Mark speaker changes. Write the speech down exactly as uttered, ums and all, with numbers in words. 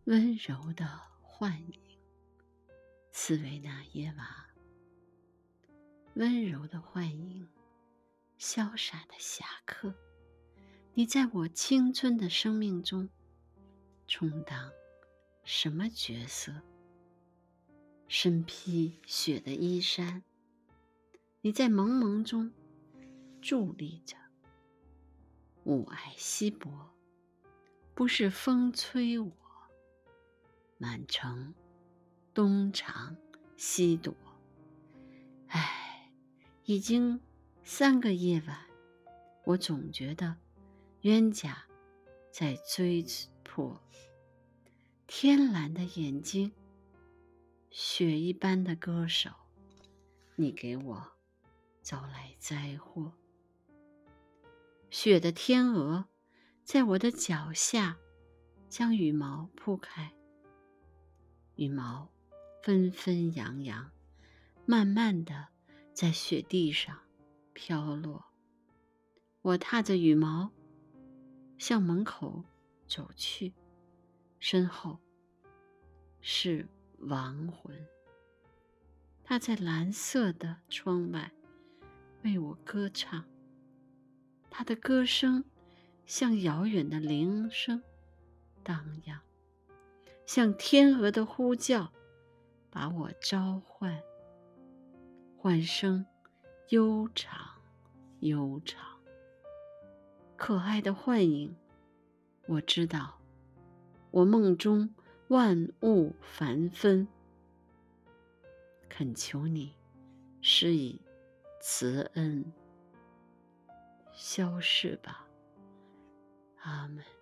Speaker 1: 温柔的幻影，茨维纳耶娃。温柔的幻影，潇洒的侠客，你在我青春的生命中充当什么角色？身披雪的衣衫，你在蒙蒙中伫立着。雾霭稀薄，不是风吹我，满城东藏西躲。唉，已经三个夜晚，我总觉得冤家在追迫。天蓝的眼睛，雪一般的歌手，你给我招来灾祸。雪的天鹅在我的脚下将羽毛铺开，羽毛纷纷扬扬，慢慢地在雪地上飘落。我踏着羽毛向门口走去，身后是亡魂，他在蓝色的窗外为我歌唱，他的歌声像遥远的铃声荡漾，像天鹅的呼叫把我召唤。唤声悠长悠长，可爱的幻影，我知道我梦中万物繁纷，恳求你施以慈恩，消逝吧，阿们。